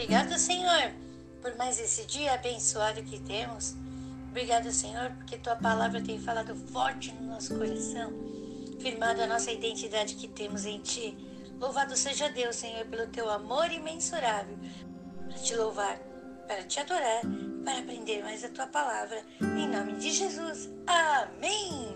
Obrigado, Senhor, por mais esse dia abençoado que temos. Obrigado, Senhor, porque Tua palavra tem falado forte no nosso coração, firmado a nossa identidade que temos em Ti. Louvado seja Deus, Senhor, pelo Teu amor imensurável, para Te louvar, para Te adorar, para aprender mais a Tua palavra. Em nome de Jesus. Amém!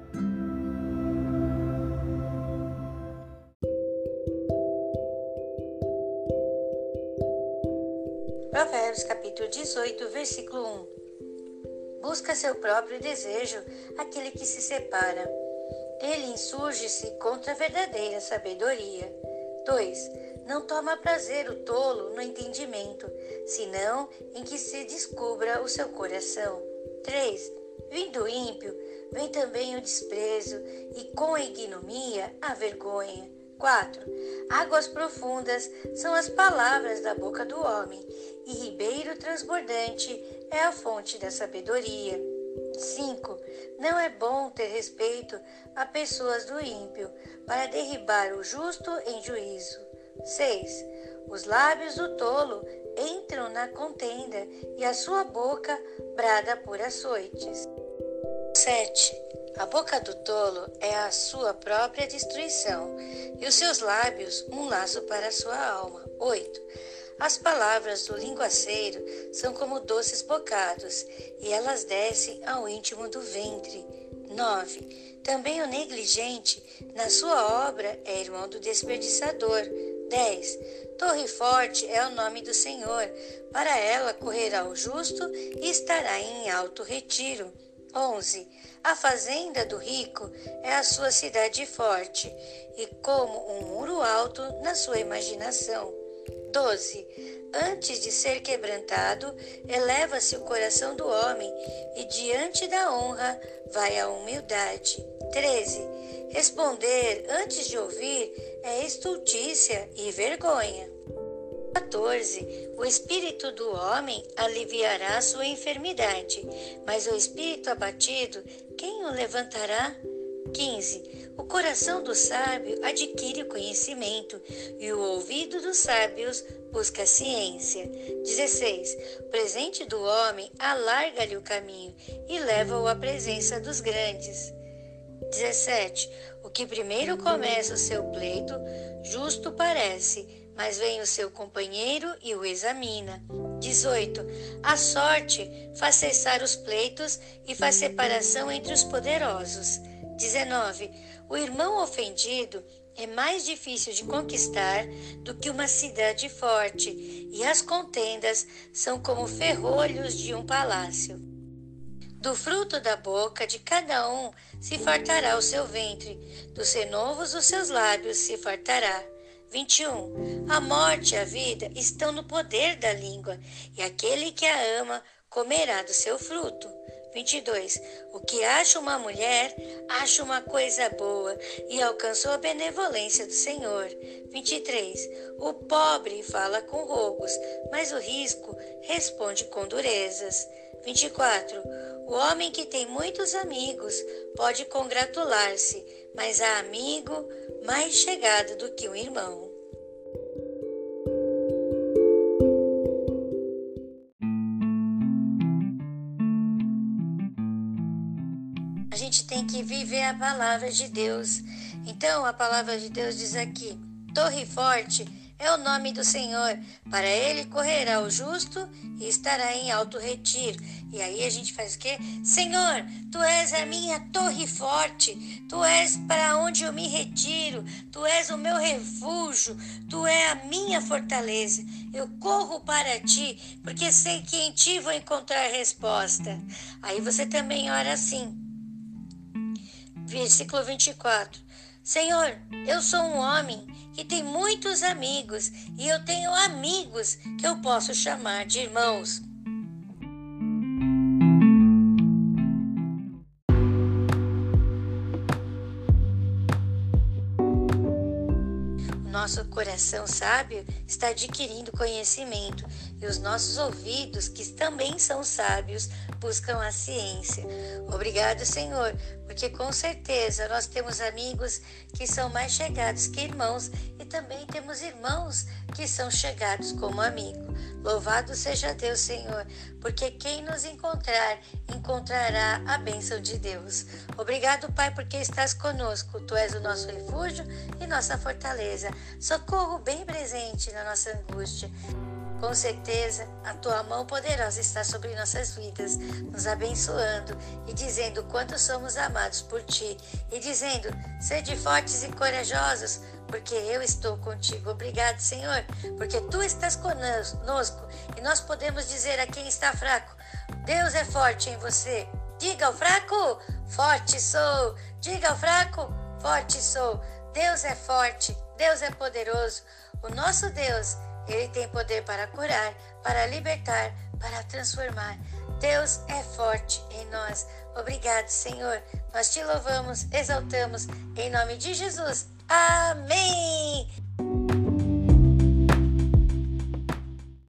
Provérbios capítulo 18, versículo 1. Busca seu próprio desejo aquele que se separa. Ele insurge-se contra a verdadeira sabedoria. 2. Não toma prazer o tolo no entendimento, senão em que se descubra o seu coração. 3. Vindo o ímpio, vem também o desprezo, e com a ignomia a vergonha. 4. Águas profundas são as palavras da boca do homem, e ribeiro transbordante é a fonte da sabedoria. 5. Não é bom ter respeito a pessoas do ímpio, para derribar o justo em juízo. 6. Os lábios do tolo entram na contenda, e a sua boca brada por açoites. 7. A boca do tolo é a sua própria destruição, e os seus lábios um laço para a sua alma. 8. As palavras do linguaceiro são como doces bocados, e elas descem ao íntimo do ventre. 9. Também o negligente, na sua obra, é irmão do desperdiçador. 10. Torre forte é o nome do Senhor, para ela correrá o justo e estará em alto retiro. 11. A fazenda do rico é a sua cidade forte, e como um muro alto na sua imaginação. 12. Antes de ser quebrantado, eleva-se o coração do homem, e diante da honra vai a humildade. 13. Responder antes de ouvir é estultícia e vergonha. 14. O espírito do homem aliviará sua enfermidade, mas o espírito abatido, quem o levantará? 15. O coração do sábio adquire o conhecimento, e o ouvido dos sábios busca a ciência. 16. O presente do homem alarga-lhe o caminho e leva-o à presença dos grandes. 17. O que primeiro começa o seu pleito, justo parece, mas vem o seu companheiro e o examina. 18. A sorte faz cessar os pleitos e faz separação entre os poderosos. 19. O irmão ofendido é mais difícil de conquistar do que uma cidade forte, e as contendas são como ferrolhos de um palácio. Do fruto da boca de cada um se fartará o seu ventre, dos renovos dos seus lábios se fartará. 21. A morte e a vida estão no poder da língua, e aquele que a ama comerá do seu fruto. 22. O que acha uma mulher, acha uma coisa boa, e alcançou a benevolência do Senhor. 23. O pobre fala com rogos, mas o risco responde com durezas. 24. O homem que tem muitos amigos pode congratular-se, mas há amigo mais chegado do que um irmão. A gente tem que viver a palavra de Deus. Então, a palavra de Deus diz aqui: Torre forte é o nome do Senhor, para ele correrá o justo e estará em alto retiro. E aí a gente faz o quê? Senhor, Tu és a minha torre forte, Tu és para onde eu me retiro, Tu és o meu refúgio, Tu és a minha fortaleza. Eu corro para Ti, porque sei que em Ti vou encontrar resposta. Aí você também ora assim. Versículo 24. Senhor, eu sou um homem que tem muitos amigos, e eu tenho amigos que eu posso chamar de irmãos. Nosso coração sábio está adquirindo conhecimento, e os nossos ouvidos, que também são sábios, buscam a ciência. Obrigado, Senhor, porque com certeza nós temos amigos que são mais chegados que irmãos e também temos irmãos que são chegados como amigo. Louvado seja Deus, Senhor, porque quem nos encontrar, encontrará a bênção de Deus. Obrigado, Pai, porque estás conosco. Tu és o nosso refúgio e nossa fortaleza. Socorro bem presente na nossa angústia. Com certeza, a tua mão poderosa está sobre nossas vidas, nos abençoando e dizendo quanto somos amados por ti. E dizendo, sede fortes e corajosos, porque eu estou contigo. Obrigado, Senhor, porque tu estás conosco e nós podemos dizer a quem está fraco, Deus é forte em você. Diga ao fraco, forte sou. Diga ao fraco, forte sou. Deus é forte, Deus é poderoso. O nosso Deus, Ele tem poder para curar, para libertar, para transformar. Deus é forte em nós. Obrigado, Senhor. Nós te louvamos, exaltamos, em nome de Jesus. Amém!